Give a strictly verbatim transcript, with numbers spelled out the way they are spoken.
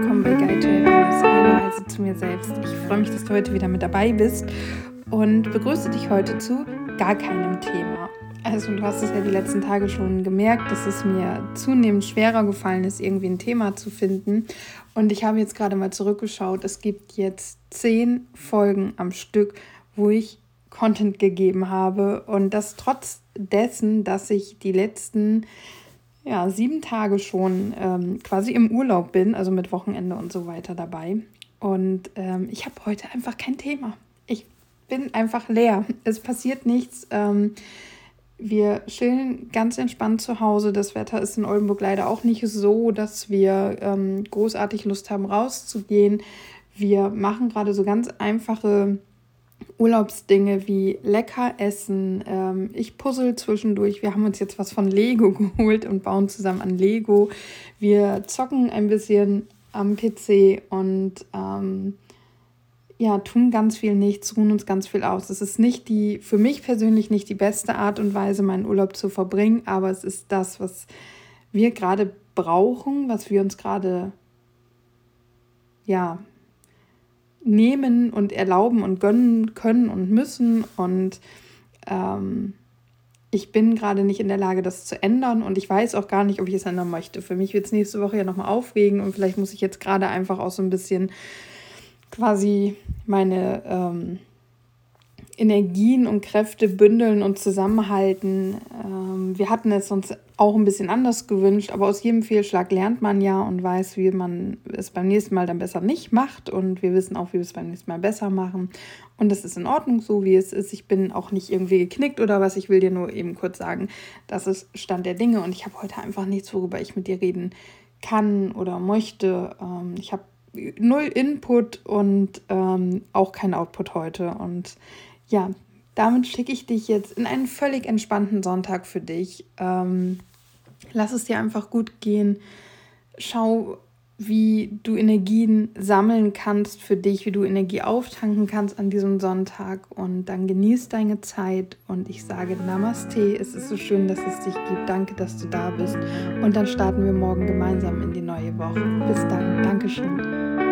willkommen bei Guide to Happiness, eine Reise zu mir selbst. Ich freue mich, dass du heute wieder mit dabei bist und begrüße dich heute zu gar keinem Thema. Also du hast es ja die letzten Tage schon gemerkt, dass es mir zunehmend schwerer gefallen ist, irgendwie ein Thema zu finden. Und ich habe jetzt gerade mal zurückgeschaut, es gibt jetzt zehn Folgen am Stück, wo ich Content gegeben habe. Und das trotz dessen, dass ich die letzten ja, sieben Tage schon ähm, quasi im Urlaub bin, also mit Wochenende und so weiter dabei. Und ähm, ich habe heute einfach kein Thema. Ich bin einfach leer. Es passiert nichts. Ähm, wir chillen ganz entspannt zu Hause. Das Wetter ist in Oldenburg leider auch nicht so, dass wir ähm, großartig Lust haben, rauszugehen. Wir machen gerade so ganz einfache Urlaubsdinge wie lecker essen. Ähm, ich puzzle zwischendurch. Wir haben uns jetzt was von Lego geholt und bauen zusammen an Lego. Wir zocken ein bisschen am P C und ähm, ja, tun ganz viel nichts, ruhen uns ganz viel aus. Es ist nicht die, für mich persönlich nicht die beste Art und Weise, meinen Urlaub zu verbringen, aber es ist das, was wir gerade brauchen, was wir uns gerade ja nehmen und erlauben und gönnen können und müssen. Und ähm, ich bin gerade nicht in der Lage, das zu ändern. Und ich weiß auch gar nicht, ob ich es ändern möchte. Für mich wird es nächste Woche ja nochmal aufregen. Und vielleicht muss ich jetzt gerade einfach auch so ein bisschen quasi meine ähm, Energien und Kräfte bündeln und zusammenhalten. Ähm, wir hatten es uns auch ein bisschen anders gewünscht, aber aus jedem Fehlschlag lernt man ja und weiß, wie man es beim nächsten Mal dann besser nicht macht, und wir wissen auch, wie wir es beim nächsten Mal besser machen, und das ist in Ordnung so, wie es ist. Ich bin auch nicht irgendwie geknickt oder was, ich will dir nur eben kurz sagen, das ist Stand der Dinge, und ich habe heute einfach nichts, worüber ich mit dir reden kann oder möchte. Ähm, ich habe null Input und ähm, auch kein Output heute, und ja, damit schicke ich dich jetzt in einen völlig entspannten Sonntag für dich. Ähm, lass es dir einfach gut gehen. Schau, wie du Energien sammeln kannst für dich, wie du Energie auftanken kannst an diesem Sonntag, und dann genieß deine Zeit, und ich sage Namaste. Es ist so schön, dass es dich gibt. Danke, dass du da bist, und dann starten wir morgen gemeinsam in die neue Woche. Bis dann. Dankeschön.